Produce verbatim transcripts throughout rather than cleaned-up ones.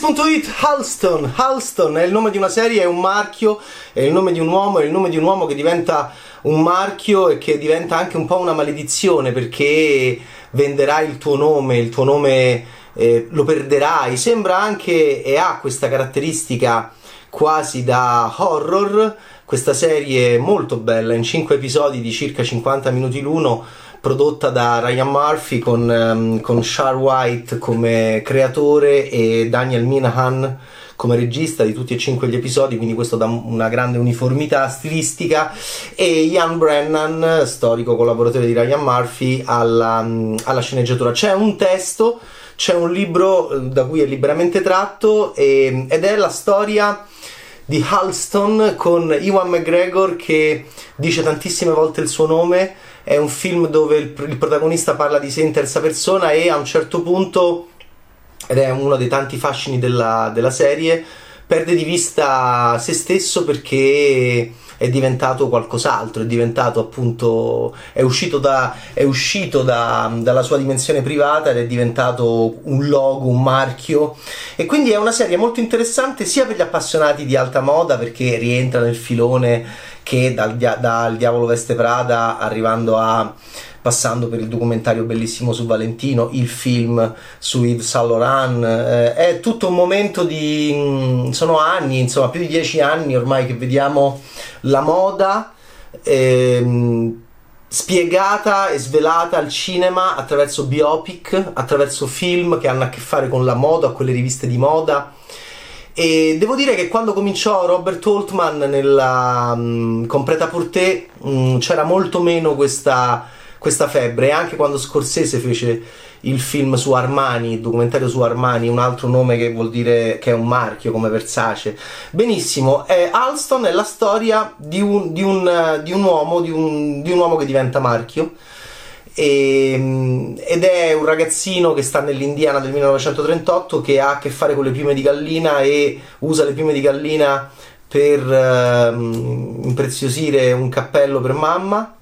punto it, Halston. Halston è il nome di una serie, è un marchio, è il nome di un uomo, è il nome di un uomo che diventa un marchio e che diventa anche un po' una maledizione, perché venderai il tuo nome, il tuo nome eh, lo perderai. Sembra anche, e ha questa caratteristica quasi da horror, questa serie molto bella, in cinque episodi di circa cinquanta minuti l'uno, prodotta da Ryan Murphy con, um, con Char White come creatore e Daniel Minahan come regista di tutti e cinque gli episodi, quindi questo dà una grande uniformità stilistica, e Ian Brennan, storico collaboratore di Ryan Murphy, alla, um, alla sceneggiatura. C'è un testo, c'è un libro da cui è liberamente tratto, e, ed è la storia di Halston con Ewan McGregor che dice tantissime volte il suo nome. È un film dove il, il protagonista parla di sé in terza persona e a un certo punto, ed è uno dei tanti fascini della, della serie, perde di vista se stesso perché è diventato qualcos'altro, è diventato appunto, è uscito, da, è uscito da, dalla sua dimensione privata ed è diventato un logo, un marchio. E quindi è una serie molto interessante sia per gli appassionati di alta moda, perché rientra nel filone che dal, dal Diavolo Veste Prada arrivando a passando per il documentario bellissimo su Valentino, il film su Yves Saint Laurent, eh, è tutto un momento di, sono anni, insomma più di dieci anni ormai che vediamo la moda ehm, spiegata e svelata al cinema attraverso biopic, attraverso film che hanno a che fare con la moda, quelle riviste di moda. E devo dire che quando cominciò Robert Altman nella, um, con Prêt-à-Porter um, c'era molto meno questa, questa febbre, e anche quando Scorsese fece il film su Armani, il documentario su Armani, un altro nome che vuol dire che è un marchio come Versace. Benissimo, eh, Halston è la storia di un, di un, di un uomo di un, di un uomo che diventa marchio. E, ed è un ragazzino che sta nell'Indiana del millenovecentotrentotto, che ha a che fare con le piume di gallina e usa le piume di gallina per uh, impreziosire un cappello per mamma,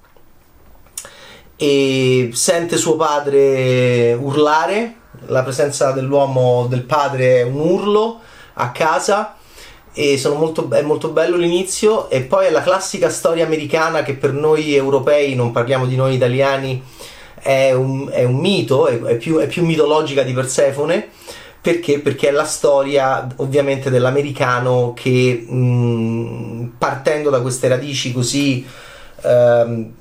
e sente suo padre urlare, la presenza dell'uomo, del padre è un urlo a casa, e sono molto, è molto bello l'inizio. E poi è la classica storia americana che per noi europei, non parliamo di noi italiani, è un, è un mito, è, è, più, è più mitologica di Persefone. Perché? Perché è la storia ovviamente dell'americano che mh, partendo da queste radici così ehm,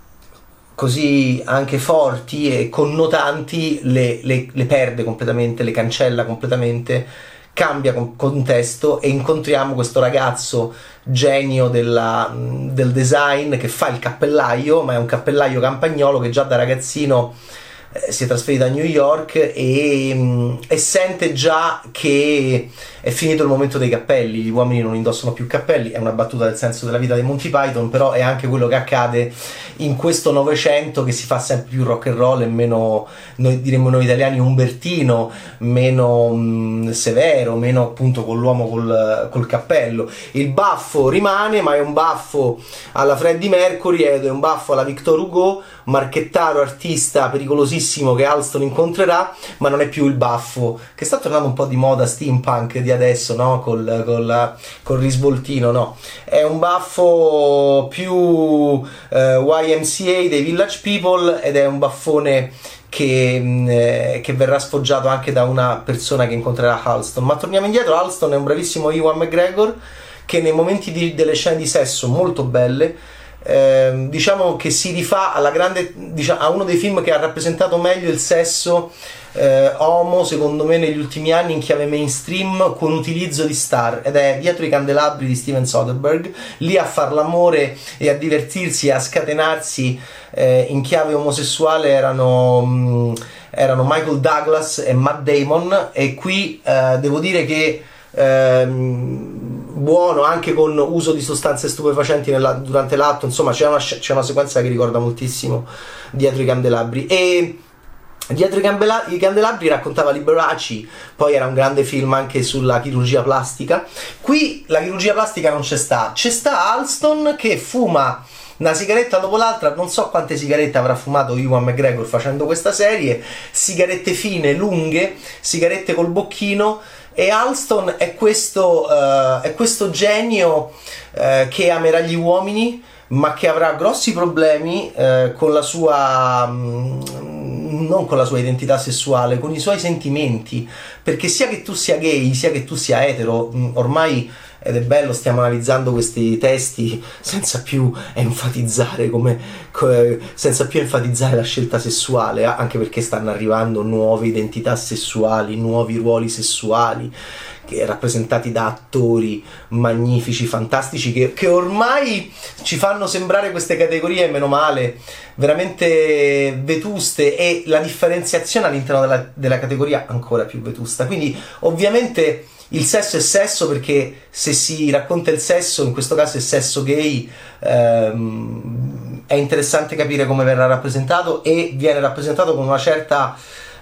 così anche forti e connotanti le, le, le perde completamente, le cancella completamente, cambia contesto, e incontriamo questo ragazzo genio della, del design che fa il cappellaio, ma è un cappellaio campagnolo che già da ragazzino eh, si è trasferito a New York e, e sente già che è finito il momento dei cappelli, gli uomini non indossano più cappelli. È una battuta del senso della vita dei Monty Python, però è anche quello che accade in questo Novecento che si fa sempre più rock and roll e meno, noi diremmo noi italiani, umbertino, meno mh, severo, meno appunto con l'uomo col, col cappello. Il baffo rimane, ma è un baffo alla Freddie Mercury ed è un baffo alla Victor Hugo, marchettaro, artista pericolosissimo che Halston incontrerà, ma non è più il baffo che sta tornando un po' di moda steampunk di adesso, no? Col, col, col risvoltino, no? È un baffo più eh, Y M C A dei Village People, ed è un baffone che, eh, che verrà sfoggiato anche da una persona che incontrerà Halston. Ma torniamo indietro. Halston è un bravissimo Ewan McGregor che nei momenti di, delle scene di sesso molto belle, eh, diciamo che si rifà alla grande, diciamo, a uno dei film che ha rappresentato meglio il sesso eh, homo secondo me negli ultimi anni in chiave mainstream, con utilizzo di star, ed è Dietro i candelabri di Steven Soderbergh. Lì a far l'amore e a divertirsi e a scatenarsi eh, in chiave omosessuale erano, mh, erano Michael Douglas e Matt Damon, e qui eh, devo dire che ehm, buono anche con uso di sostanze stupefacenti nella, durante l'atto. Insomma c'è una, c'è una sequenza che ricorda moltissimo Dietro i candelabri. E Dietro i, candela- i candelabri raccontava Liberace, poi era un grande film anche sulla chirurgia plastica. Qui la chirurgia plastica non c'è sta, c'è sta Halston che fuma una sigaretta dopo l'altra. Non so quante sigarette avrà fumato Ewan McGregor facendo questa serie, sigarette fine, lunghe, sigarette col bocchino. E Alston è questo, uh, è questo genio uh, che amerà gli uomini, ma che avrà grossi problemi uh, con la sua... Um, non con la sua identità sessuale, con i suoi sentimenti, perché sia che tu sia gay, sia che tu sia etero, ormai, ed è bello, stiamo analizzando questi testi senza più enfatizzare come, senza più enfatizzare la scelta sessuale, anche perché stanno arrivando nuove identità sessuali, nuovi ruoli sessuali, che rappresentati da attori magnifici, fantastici, che, che ormai ci fanno sembrare queste categorie, meno male, veramente vetuste, e la differenziazione all'interno della, della categoria ancora più vetusta. Quindi ovviamente il sesso è sesso, perché se si racconta il sesso, in questo caso il sesso gay, ehm, è interessante capire come verrà rappresentato, e viene rappresentato con una certa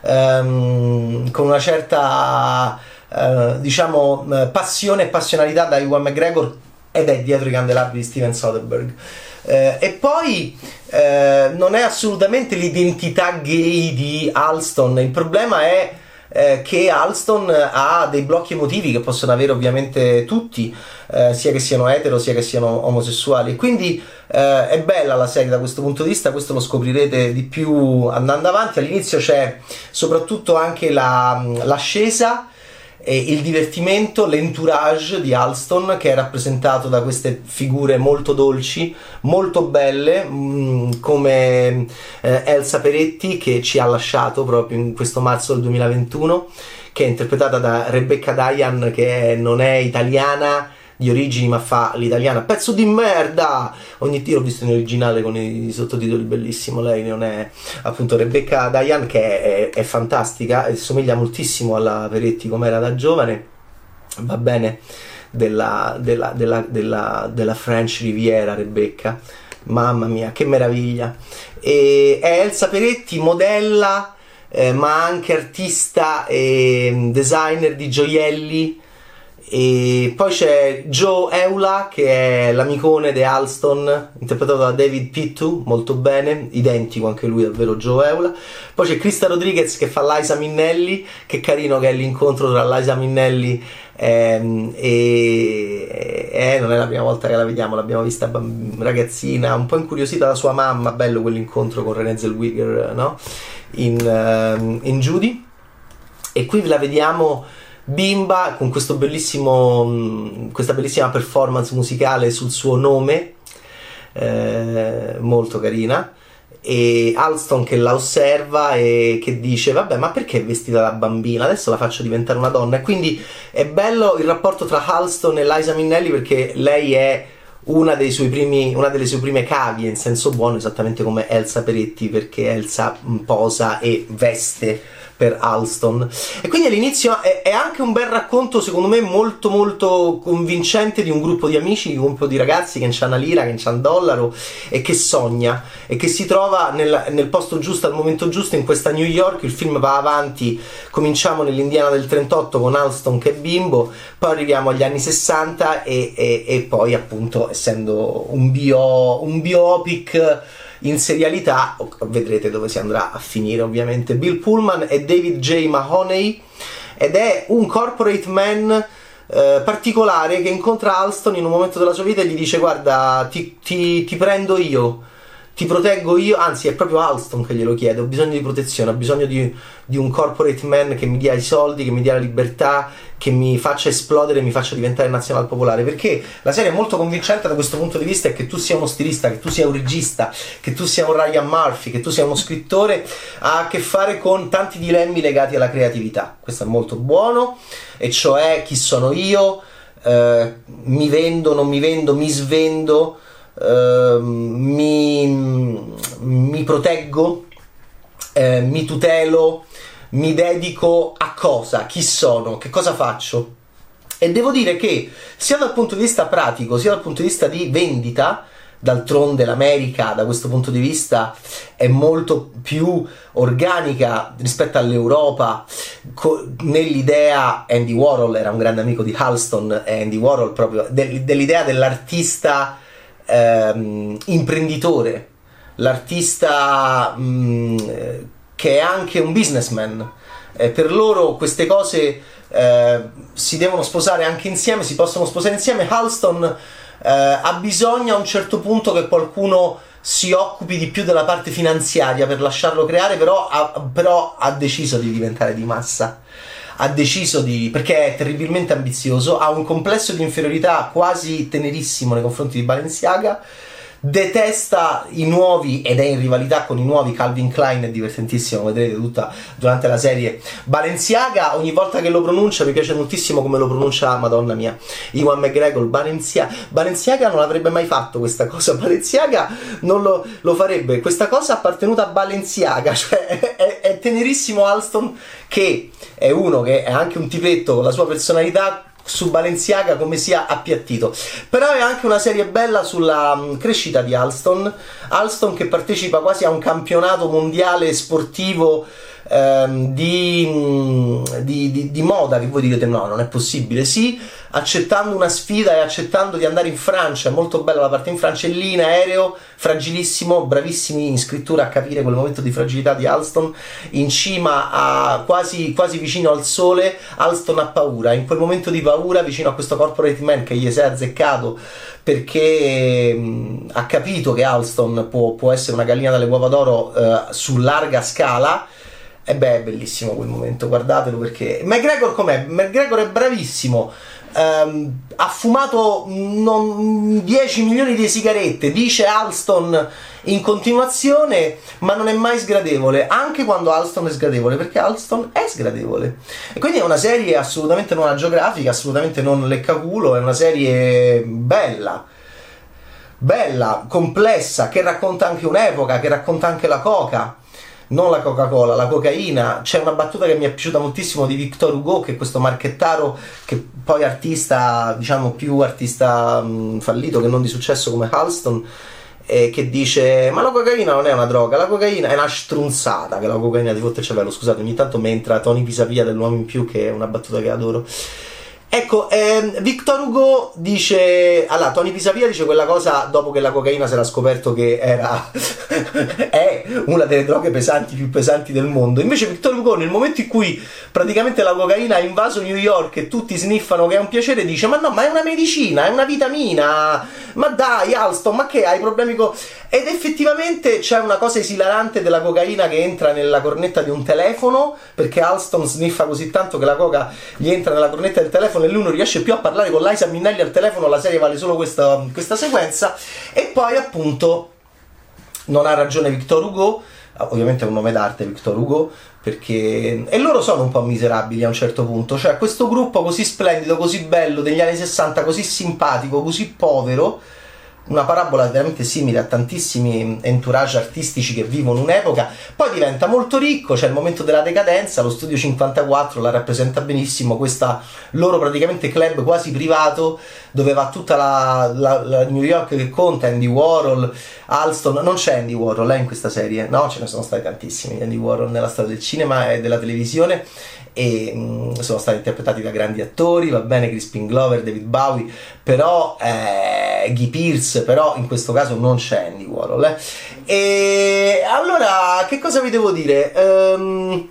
ehm, con una certa Uh, diciamo uh, passione e passionalità da Ewan McGregor, ed è dietro i candelabri di Steven Soderbergh. Uh, e poi uh, non è assolutamente l'identità gay di Alston, il problema è uh, che Alston ha dei blocchi emotivi che possono avere ovviamente tutti, uh, sia che siano etero sia che siano omosessuali, quindi uh, è bella la serie da questo punto di vista. Questo lo scoprirete di più andando avanti. All'inizio c'è soprattutto anche la, l'ascesa e il divertimento, l'entourage di Alston, che è rappresentato da queste figure molto dolci, molto belle, mh, come eh, Elsa Peretti, che ci ha lasciato proprio in questo marzo del duemilaventuno, che è interpretata da Rebecca Diane, che non è italiana di origini ma fa l'italiana, pezzo di merda. Ogni tiro l'ho visto in originale con i sottotitoli, bellissimo. Lei non è appunto Rebecca Diane, che è, è, è fantastica e somiglia moltissimo alla Peretti come era da giovane, va bene, della, della, della, della, della French Riviera. Rebecca, mamma mia, che meraviglia. E è Elsa Peretti, modella, eh, ma anche artista e designer di gioielli. E poi c'è Joe Eula, che è l'amicone di Alston, interpretato da David Pittu, molto bene, identico anche lui, davvero Joe Eula. Poi c'è Krista Rodriguez, che fa Liza Minnelli, che carino che è l'incontro tra Liza Minnelli ehm, e, e non è la prima volta che la vediamo, l'abbiamo vista ragazzina, un po' incuriosita da sua mamma. Bello quell'incontro con Renée Zellweger, no? in, uh, in Judy. E qui la vediamo bimba con questo bellissimo, questa bellissima performance musicale sul suo nome, eh, molto carina, e Alston che la osserva e che dice: vabbè, ma perché è vestita da bambina, adesso la faccio diventare una donna. E quindi è bello il rapporto tra Alston e Liza Minnelli, perché lei è una dei suoi primi, una delle sue prime cavie in senso buono, esattamente come Elsa Peretti, perché Elsa posa e veste per Alston. E quindi all'inizio è, è anche un bel racconto, secondo me molto molto convincente, di un gruppo di amici, di un gruppo di ragazzi che c'ha una lira, che c'ha un dollaro e che sogna e che si trova nel, nel posto giusto al momento giusto in questa New York. Il film va avanti, cominciamo nell'Indiana del trentotto con Alston che è bimbo, poi arriviamo agli anni sessanta e, e, e poi appunto, essendo un bio un biopic in serialità, vedrete dove si andrà a finire ovviamente. Bill Pullman e David J. Mahoney, ed è un corporate man eh, particolare che incontra Alston in un momento della sua vita e gli dice: guarda, ti, ti, ti prendo io, ti proteggo io. Anzi, è proprio Alston che glielo chiede: ho bisogno di protezione, ho bisogno di, di un corporate man che mi dia i soldi, che mi dia la libertà, che mi faccia esplodere, mi faccia diventare nazional popolare. Perché la serie è molto convincente da questo punto di vista, e che tu sia uno stilista, che tu sia un regista, che tu sia un Ryan Murphy, che tu sia uno scrittore, ha a che fare con tanti dilemmi legati alla creatività. Questo è molto buono, e cioè: chi sono io, eh, mi vendo, non mi vendo, mi svendo, Uh, mi, mi proteggo, eh, mi tutelo, mi dedico a cosa, chi sono, che cosa faccio. E devo dire che sia dal punto di vista pratico sia dal punto di vista di vendita, d'altronde l'America da questo punto di vista è molto più organica rispetto all'Europa, nell'idea. Andy Warhol era un grande amico di Alston, e Andy Warhol proprio dell'idea dell'artista ehm, imprenditore, l'artista mh, che è anche un businessman. Eh, per loro queste cose eh, si devono sposare anche insieme, si possono sposare insieme. Halston eh, ha bisogno a un certo punto che qualcuno si occupi di più della parte finanziaria per lasciarlo creare, però ha, però ha deciso di diventare di massa. Ha deciso di, perché è terribilmente ambizioso, ha un complesso di inferiorità quasi tenerissimo nei confronti di Balenciaga, detesta i nuovi ed è in rivalità con i nuovi. Calvin Klein è divertentissimo, vedrete tutta durante la serie. Balenciaga, ogni volta che lo pronuncia mi piace moltissimo come lo pronuncia, madonna mia, Ewan McGregor. Balenciaga, Balenciaga non avrebbe mai fatto questa cosa, Balenciaga non lo, lo farebbe, questa cosa appartenuta a Balenciaga, cioè è, è tenerissimo Halston, che è uno che è anche un tipetto con la sua personalità, su Balenciaga come sia appiattito. Però è anche una serie bella sulla mh, crescita di Halston. Halston che partecipa quasi a un campionato mondiale sportivo ehm, di, mh, di, di, di moda, che voi direte no, non è possibile. Sì, accettando una sfida e accettando di andare in Francia, è molto bella la parte in Francia, e lì in aereo, fragilissimo, bravissimi in scrittura a capire quel momento di fragilità di Halston, in cima a quasi, quasi vicino al sole. Halston ha paura, in quel momento di paura vicino a questo corporate man che gli si è azzeccato perché mh, ha capito che Halston può, può essere una gallina dalle uova d'oro eh, su larga scala. E beh, è bellissimo quel momento, guardatelo, perché McGregor com'è? McGregor è bravissimo. Um, ha fumato non, dieci milioni di sigarette, dice Halston in continuazione, ma non è mai sgradevole, anche quando Halston è sgradevole, perché Halston è sgradevole. E quindi è una serie assolutamente non agiografica, assolutamente non leccaculo, è una serie bella, bella, complessa, che racconta anche un'epoca, che racconta anche la coca. Non la Coca-Cola, la cocaina. C'è una battuta che mi è piaciuta moltissimo di Victor Hugo, che è questo marchettaro, che poi artista, diciamo più artista mh, fallito che non di successo come Halston, eh, che dice: ma la cocaina non è una droga, la cocaina è una strunzata, che la cocaina ti fotte il cervello. Scusate, ogni tanto mi entra Tony Pisapia dell'Uomo in Più, che è una battuta che adoro. Ecco, ehm, Victor Hugo dice, allora, Tony Pisapia dice quella cosa dopo che la cocaina si era scoperto che era è una delle droghe pesanti, più pesanti del mondo. Invece Victor Hugo, nel momento in cui praticamente la cocaina ha invaso New York e tutti sniffano che è un piacere, dice: ma no, ma è una medicina, è una vitamina, ma dai Halston, ma che hai problemi con... Ed effettivamente c'è una cosa esilarante della cocaina che entra nella cornetta di un telefono, perché Halston sniffa così tanto che la coca gli entra nella cornetta del telefono e lui non riesce più a parlare con Liza Minnelli al telefono. La serie vale solo questa, questa sequenza. E poi appunto non ha ragione Victor Hugo, ovviamente è un nome d'arte Victor Hugo, perché... e loro sono un po' miserabili a un certo punto, cioè questo gruppo così splendido, così bello degli anni sessanta, così simpatico, così povero, una parabola veramente simile a tantissimi entourage artistici che vivono un'epoca, poi diventa molto ricco, c'è il momento della decadenza, lo Studio cinquantaquattro la rappresenta benissimo, questa loro praticamente club quasi privato dove va tutta la, la, la New York che conta, Andy Warhol, Halston. Non c'è Andy Warhol eh, in questa serie, no, ce ne sono stati tantissimi Andy Warhol nella storia del cinema e della televisione, e mh, sono stati interpretati da grandi attori, va bene, Crispin Glover, David Bowie, però eh, Guy Pearce, però in questo caso non c'è Andy Warhol eh. E allora che cosa vi devo dire? Um,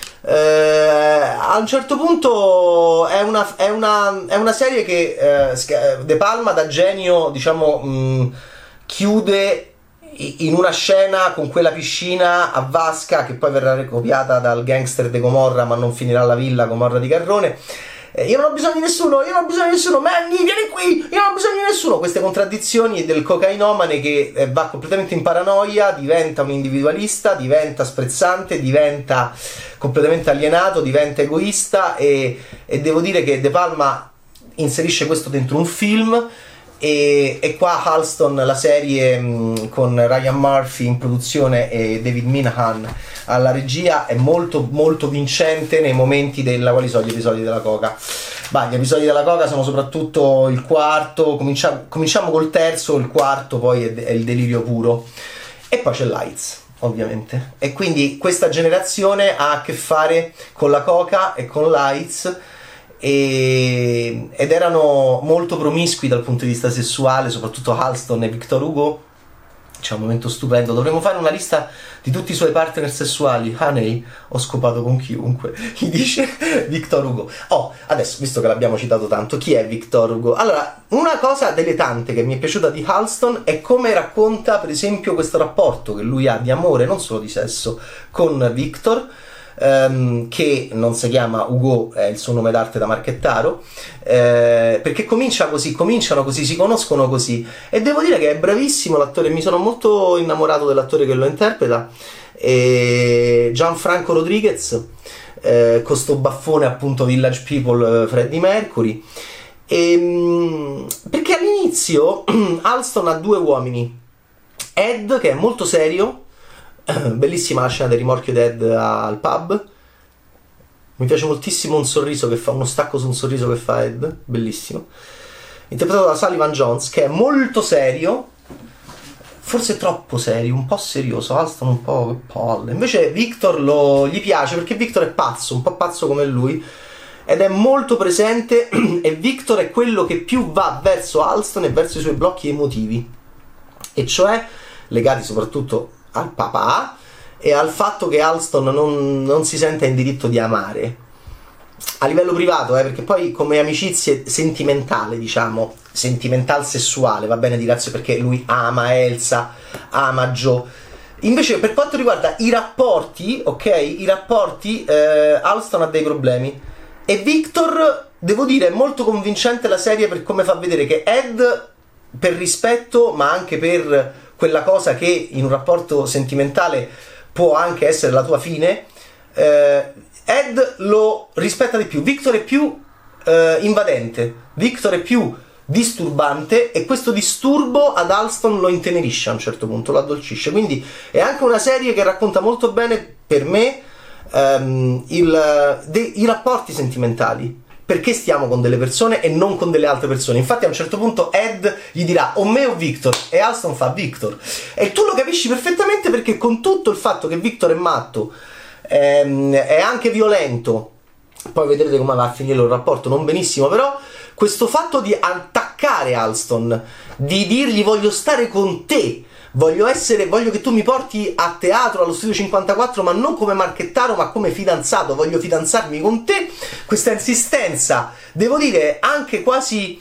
eh, a un certo punto è una, è una, è una serie che eh, De Palma da genio, diciamo, mh, chiude in una scena con quella piscina a vasca che poi verrà ricopiata dal gangster de Gomorra, ma non finirà la villa Gomorra di Garrone. Eh, io non ho bisogno di nessuno, io non ho bisogno di nessuno, Manny, vieni qui, io non ho bisogno di nessuno. Queste contraddizioni del cocainomane che eh, va completamente in paranoia, diventa un individualista, diventa sprezzante, diventa completamente alienato, diventa egoista, e, e devo dire che De Palma inserisce questo dentro un film. E, e qua Halston, la serie mh, con Ryan Murphy in produzione e David Minahan alla regia, è molto molto vincente nei momenti della... Quali sono gli episodi della coca? Bah, gli episodi della coca sono soprattutto il quarto, cominciamo, cominciamo col terzo, il quarto poi è, è il delirio puro, e poi c'è Lights ovviamente, e quindi questa generazione ha a che fare con la coca e con Lights. e, ed erano molto promiscui dal punto di vista sessuale, soprattutto Halston e Victor Hugo. C'è un momento stupendo, dovremmo fare una lista di tutti i suoi partner sessuali. Honey, ho scopato con chiunque, gli dice Victor Hugo. Oh, adesso, visto che l'abbiamo citato tanto, chi è Victor Hugo? Allora, una cosa delle tante che mi è piaciuta di Halston è come racconta, per esempio, questo rapporto che lui ha di amore, non solo di sesso, con Victor, Um, che non si chiama Hugo, è il suo nome d'arte da marchettaro, eh, perché comincia così, cominciano così, si conoscono così, e devo dire che è bravissimo l'attore, mi sono molto innamorato dell'attore che lo interpreta, e Gianfranco Rodriguez, eh, con sto baffone appunto Village People, eh, Freddie Mercury, e, mh, perché all'inizio Halston ha due uomini, Ed, che è molto serio. Bellissima la scena del rimorchio di Ed al pub, mi piace moltissimo un sorriso che fa, uno stacco su un sorriso che fa Ed, bellissimo, interpretato da Sullivan Jones, che è molto serio, forse troppo serio, un po' serioso, Halston un po' che palle. Invece Victor lo, gli piace perché Victor è pazzo, un po' pazzo come lui, ed è molto presente, e Victor è quello che più va verso Halston e verso i suoi blocchi emotivi, e cioè legati soprattutto al papà e al fatto che Halston non, non si sente in diritto di amare a livello privato, eh, perché poi come amicizie sentimentale, diciamo sentimental sessuale, va bene, di razza, perché lui ama Elsa, ama Joe. Invece per quanto riguarda i rapporti, ok, i rapporti, eh, Halston ha dei problemi, e Victor, devo dire, è molto convincente la serie per come fa vedere che Ed, per rispetto ma anche per quella cosa che in un rapporto sentimentale può anche essere la tua fine, eh, Ed lo rispetta di più. Victor è più eh, invadente, Victor è più disturbante, e questo disturbo ad Halston lo intenerisce a un certo punto, lo addolcisce. Quindi è anche una serie che racconta molto bene, per me, ehm, il, de, i rapporti sentimentali. Perché stiamo con delle persone e non con delle altre persone? Infatti a un certo punto Ed gli dirà o me o Victor, e Halston fa Victor, e tu lo capisci perfettamente, perché con tutto il fatto che Victor è matto, ehm, è anche violento, poi vedrete come va a finire il rapporto, non benissimo, però questo fatto di attaccare Halston, di dirgli voglio stare con te, voglio essere, voglio che tu mi porti a teatro, allo Studio cinquantaquattro, ma non come marchettaro ma come fidanzato, voglio fidanzarmi con te, questa insistenza, devo dire anche quasi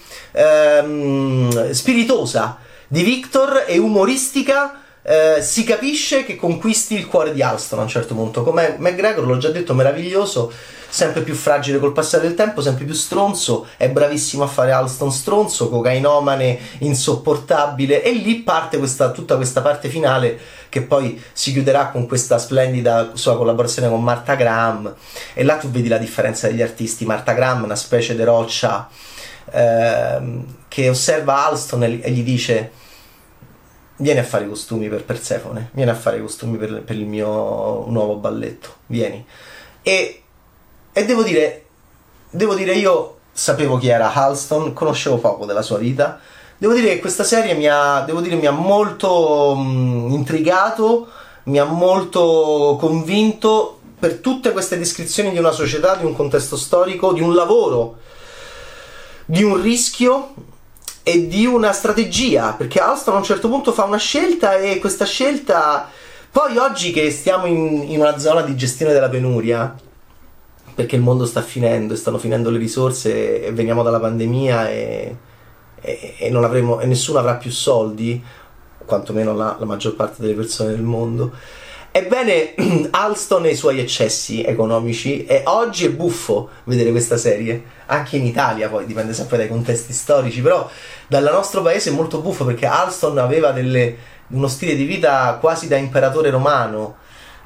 ehm, spiritosa di Victor e umoristica, eh, si capisce che conquisti il cuore di Halston a un certo punto. Come McGregor, l'ho già detto, meraviglioso, sempre più fragile col passare del tempo, sempre più stronzo, è bravissimo a fare Halston stronzo, cocainomane, insopportabile, e lì parte questa, tutta questa parte finale che poi si chiuderà con questa splendida sua collaborazione con Martha Graham, e là tu vedi la differenza degli artisti. Martha Graham, una specie di roccia, ehm, che osserva Halston e, e gli dice vieni a fare i costumi per Persefone, vieni a fare i costumi per, per il mio nuovo balletto, vieni. E E devo dire, devo dire, io sapevo chi era Halston, conoscevo poco della sua vita. Devo dire che questa serie mi ha, devo dire, mi ha molto mh, intrigato, mi ha molto convinto per tutte queste descrizioni di una società, di un contesto storico, di un lavoro, di un rischio e di una strategia, perché Halston a un certo punto fa una scelta, e questa scelta, poi oggi che stiamo in, in una zona di gestione della penuria, perché il mondo sta finendo e stanno finendo le risorse e veniamo dalla pandemia e, e, e non avremo, e nessuno avrà più soldi, quantomeno la, la maggior parte delle persone del mondo. Ebbene, Halston e i suoi eccessi economici, e oggi è buffo vedere questa serie, anche in Italia, poi dipende sempre dai contesti storici, però dal nostro paese è molto buffo, perché Halston aveva delle, uno stile di vita quasi da imperatore romano.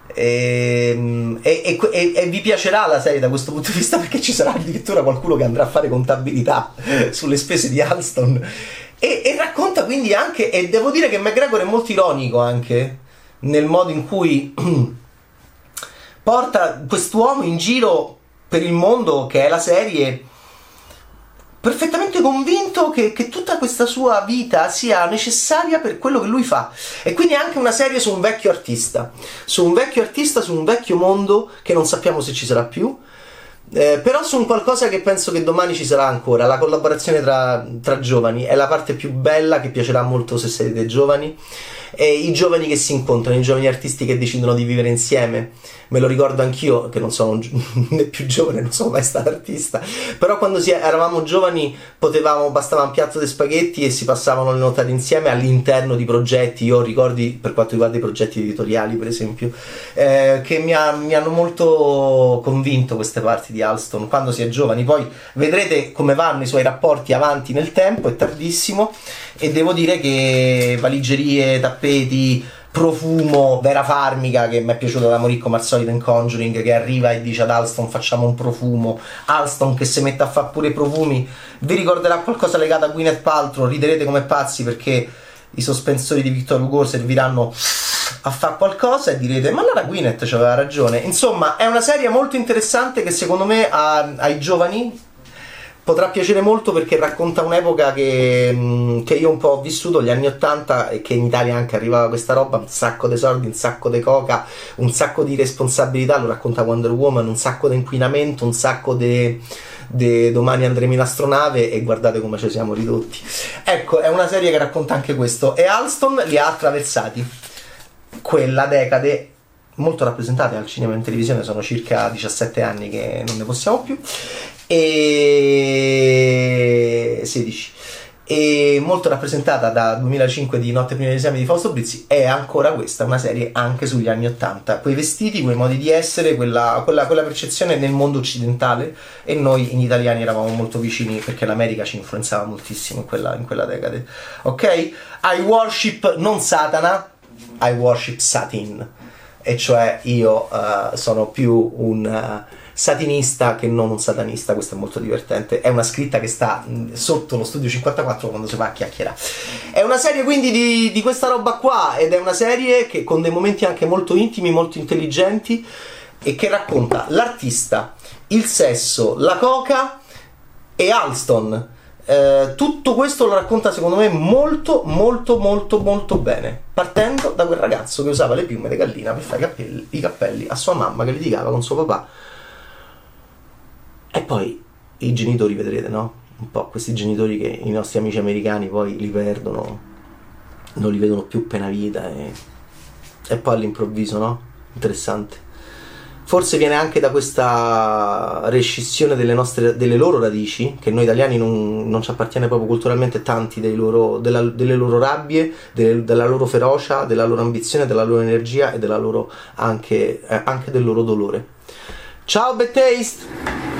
E, e, e, e vi piacerà la serie da questo punto di vista, perché ci sarà addirittura qualcuno che andrà a fare contabilità sulle spese di Halston, e, e racconta quindi anche, e devo dire che McGregor è molto ironico anche nel modo in cui porta quest'uomo in giro per il mondo, che è la serie, perfettamente convinto che, che tutta questa sua vita sia necessaria per quello che lui fa. E quindi è anche una serie su un vecchio artista, su un vecchio artista, su un vecchio mondo che non sappiamo se ci sarà più, Eh, però su un qualcosa che penso che domani ci sarà ancora, la collaborazione tra, tra giovani, è la parte più bella che piacerà molto se siete giovani, e i giovani che si incontrano, i giovani artisti che decidono di vivere insieme. Me lo ricordo anch'io, che non sono né più giovane, non sono mai stato artista, però quando si, eravamo giovani potevamo, bastava un piatto di spaghetti e si passavano le nottate insieme all'interno di progetti. Io ho ricordi, per quanto riguarda i progetti editoriali per esempio, eh, che mi, ha, mi hanno molto convinto queste parti di Halston quando si è giovani. Poi vedrete come vanno i suoi rapporti avanti nel tempo, è tardissimo, e devo dire che valigerie, tappeti, profumo, Vera Farmica, che mi è piaciuta da morire come al solito in Conjuring, che arriva e dice ad Halston facciamo un profumo, Halston che si mette a fare pure i profumi, vi ricorderà qualcosa legato a Gwyneth Paltrow, riderete come pazzi perché i sospensori di Victor Hugo serviranno a fare qualcosa e direte ma allora Gwyneth c'aveva ragione. Insomma, è una serie molto interessante che secondo me a, ai giovani potrà piacere molto, perché racconta un'epoca che, che io un po' ho vissuto, gli anni ottanta, e che in Italia anche arrivava questa roba, un sacco di soldi, un sacco di coca, un sacco di responsabilità, lo racconta Wonder Woman, un sacco di inquinamento, un sacco di domani andremo in astronave e guardate come ci siamo ridotti. Ecco, è una serie che racconta anche questo, e Halston li ha attraversati, quella decade molto rappresentate al cinema e in televisione, sono circa diciassette anni che non ne possiamo più, e sedici, e molto rappresentata da duemilacinque di Notte prima dell'esame di Fausto Brizzi. È ancora questa una serie anche sugli anni ottanta, quei vestiti, quei modi di essere, quella, quella, quella percezione nel mondo occidentale, e noi in italiani eravamo molto vicini perché l'America ci influenzava moltissimo in quella, in quella decade. Ok? I worship non Satana, I worship Satin, e cioè io uh, sono più un uh, satinista che non un satanista. Questo è molto divertente, è una scritta che sta mh, sotto lo Studio cinquantaquattro quando si va a chiacchierare. È una serie quindi di, di questa roba qua, ed è una serie che con dei momenti anche molto intimi, molto intelligenti, e che racconta l'artista, il sesso, la coca e Halston. Eh, tutto questo lo racconta secondo me molto molto molto molto bene, partendo da quel ragazzo che usava le piume di gallina per fare i capelli, i cappelli a sua mamma, che litigava con suo papà, e poi i genitori, vedrete, no? Un po' questi genitori che i nostri amici americani poi li perdono, non li vedono più per una vita, e, e poi all'improvviso, no? Interessante. Forse viene anche da questa rescissione delle, nostre, delle loro radici, che noi italiani non, non ci appartiene proprio culturalmente, tanti dei loro, della, delle loro rabbie, delle, della loro ferocia, della loro ambizione, della loro energia e della loro anche, eh, anche del loro dolore. Ciao Bad Taste!